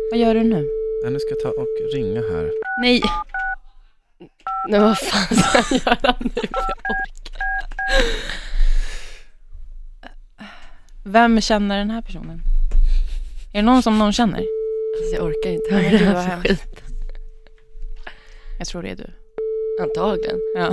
Vad gör du nu? Nu ska jag ta och ringa här. Nej. Nej, vad fan ska jag göra nu? Jag orkar. Vem känner den här personen? Är det någon som någon känner? Alltså jag orkar inte Nej, höra gud, det vad här hemskt. skit. Jag tror det är du. Antagligen. Ja.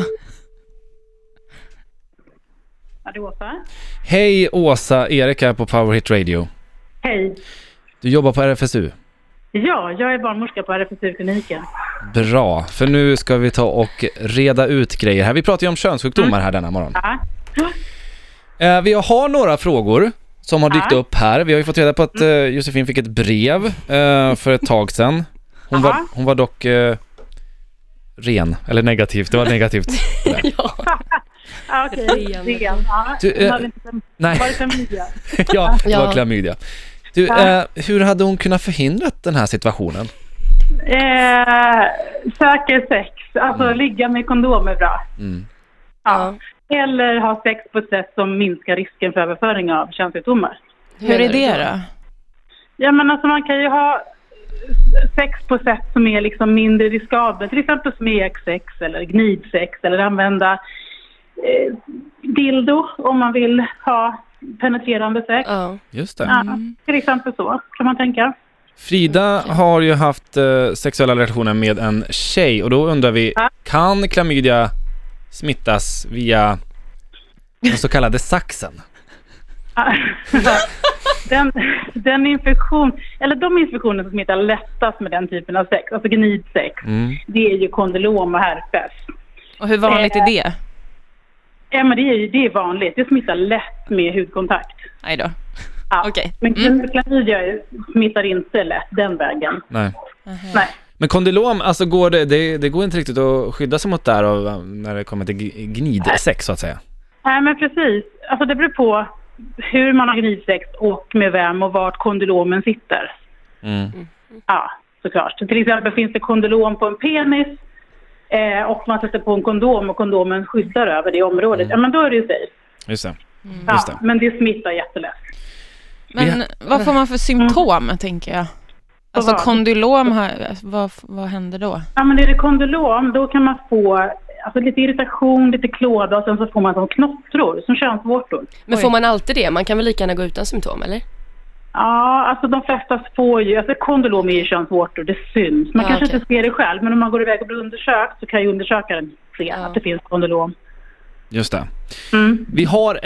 Ja, det är Åsa. Hej Åsa, Erik här på Power Hit Radio. Hej. Du jobbar på RFSU. Ja, jag är barnmorska på RFSU-kliniken. Bra, för nu ska vi ta och reda ut grejer här. Vi pratar ju om könssjukdomar här denna morgon. Ja. Vi har några frågor som har dykt upp här. Vi har ju fått reda på att Josefin fick ett brev för ett tag sedan. Hon var dock ren, eller negativt. Det var negativt. Ja. Ja, okej. Ja. Nej. Var det klamydia? Ja, det var Ja. klamydia. Du, hur hade hon kunnat förhindra den här situationen? Säker sex. Alltså ligga med kondom är bra. Mm. Ja. Eller ha sex på ett sätt som minskar risken för överföring av könssjukdomar. Hur är det då? Ja, men alltså man kan ju ha sex på sätt som är liksom mindre riskabelt. Till exempel smeksex eller gnidsex eller använda dildo om man vill ha penetrerande sex. Ja. Just det. Ja, till exempel så kan man tänka. Frida har ju haft sexuella relationer med en tjej och då undrar vi, kan klamydia smittas via den så kallade saxen? Den infektion, eller de infektioner som smittar lättast med den typen av sex, alltså gnidsex, det är ju kondylom och herpes. Och hur vanligt är det? Ja, men det är vanligt. Det smittar lätt med hudkontakt. Nej då. Ja. Okej. Men klamydia smittar inte lätt den vägen. Nej. Nej. Men kondylom, alltså går det går inte riktigt att skydda sig mot där när det kommer till gnidsex så att säga. Nej, men precis. Alltså det beror på hur man har gnidsex och med vem och vart kondylomen sitter. Ja, såklart. Till exempel finns det kondylom på en penis och man sätter på en kondom och kondomen skyddar över det området. Ja, men då är det ju safe. Just det. Ja, Just det. men det smittar jättelätt. Men vad får man för symptom, tänker jag? Alltså vad? kondylom, vad händer då? Ja, men är det kondylom, då kan man få alltså, lite irritation, lite klåda och sen så får man som knottror, som könsvårtor. Men får man alltid det? Man kan väl lika gärna gå utan symptom, eller? Ja, alltså de flesta får ju, alltså kondylom är ju könsvårtor, det syns. Man kanske inte ser det själv, men om man går iväg och blir undersökt så kan ju undersökaren se att det finns kondylom. Just det. Vi har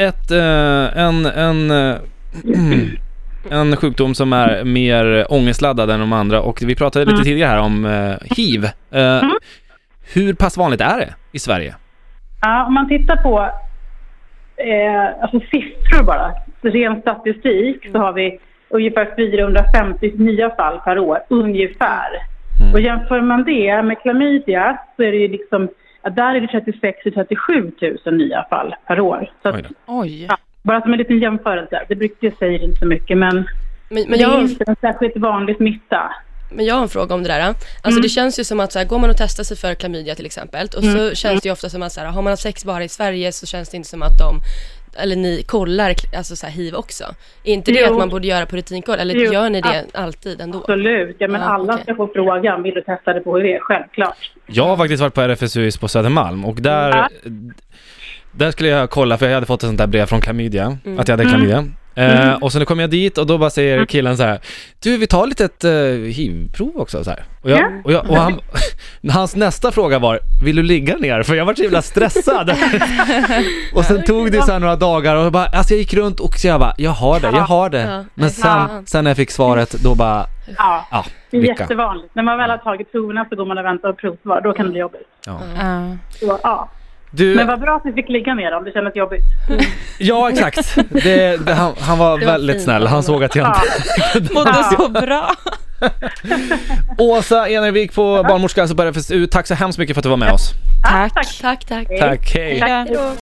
en sjukdom som är mer ångestladdad än de andra och vi pratade lite tidigare här om HIV. Hur pass vanligt är det i Sverige? Ja, om man tittar på alltså siffror bara, ren statistik, så har vi ungefär 450 nya fall per år, ungefär. Och jämför man det med klamydia så är det ju liksom, där är det 36-37 000 nya fall per år. Så att, Oj. ja, bara som en liten jämförelse, det säger inte så mycket, men det jag är inte en särskilt vanlig smitta. Men jag har en fråga om det där. Alltså det känns ju som att så här, går man och testar sig för klamydia till exempel, och så känns det ju ofta som att så här, har man haft sex bara i Sverige så känns det inte som att ni kollar alltså så här, HIV också. Är inte det att man borde göra på rutinkoll, eller gör ni det alltid ändå? Absolut, ja, men alla ska få frågan, vill du testa det på HIV? Självklart. Jag har faktiskt varit på RFSU på Södermalm och där skulle jag kolla, för jag hade fått ett sånt där brev från klamydia, att jag hade klamydia. Och så kom jag dit och då bara säger killen så här: du, vi tar lite ett HIV-prov också så här. Och hans nästa fråga var: vill du ligga ner? För jag var så himla stressad. Och sen tog det så här några dagar och bara, alltså jag gick runt och så jag bara, jag har det. Ja. Men sen när jag fick svaret då bara det är jättevanligt. När man väl har tagit proverna så går man och väntar på provsvar, då kan det bli jobbigt. Så, men vad bra att vi fick ligga ner om det kändes jobbigt. Ja, exakt. Han var väldigt fint. snäll. Han såg att jag inte Mådde så bra. Åsa Enervik på barnmorska på RFSU. Tack så hemskt mycket för att du var med oss. Tack. Tack, hej. Tack.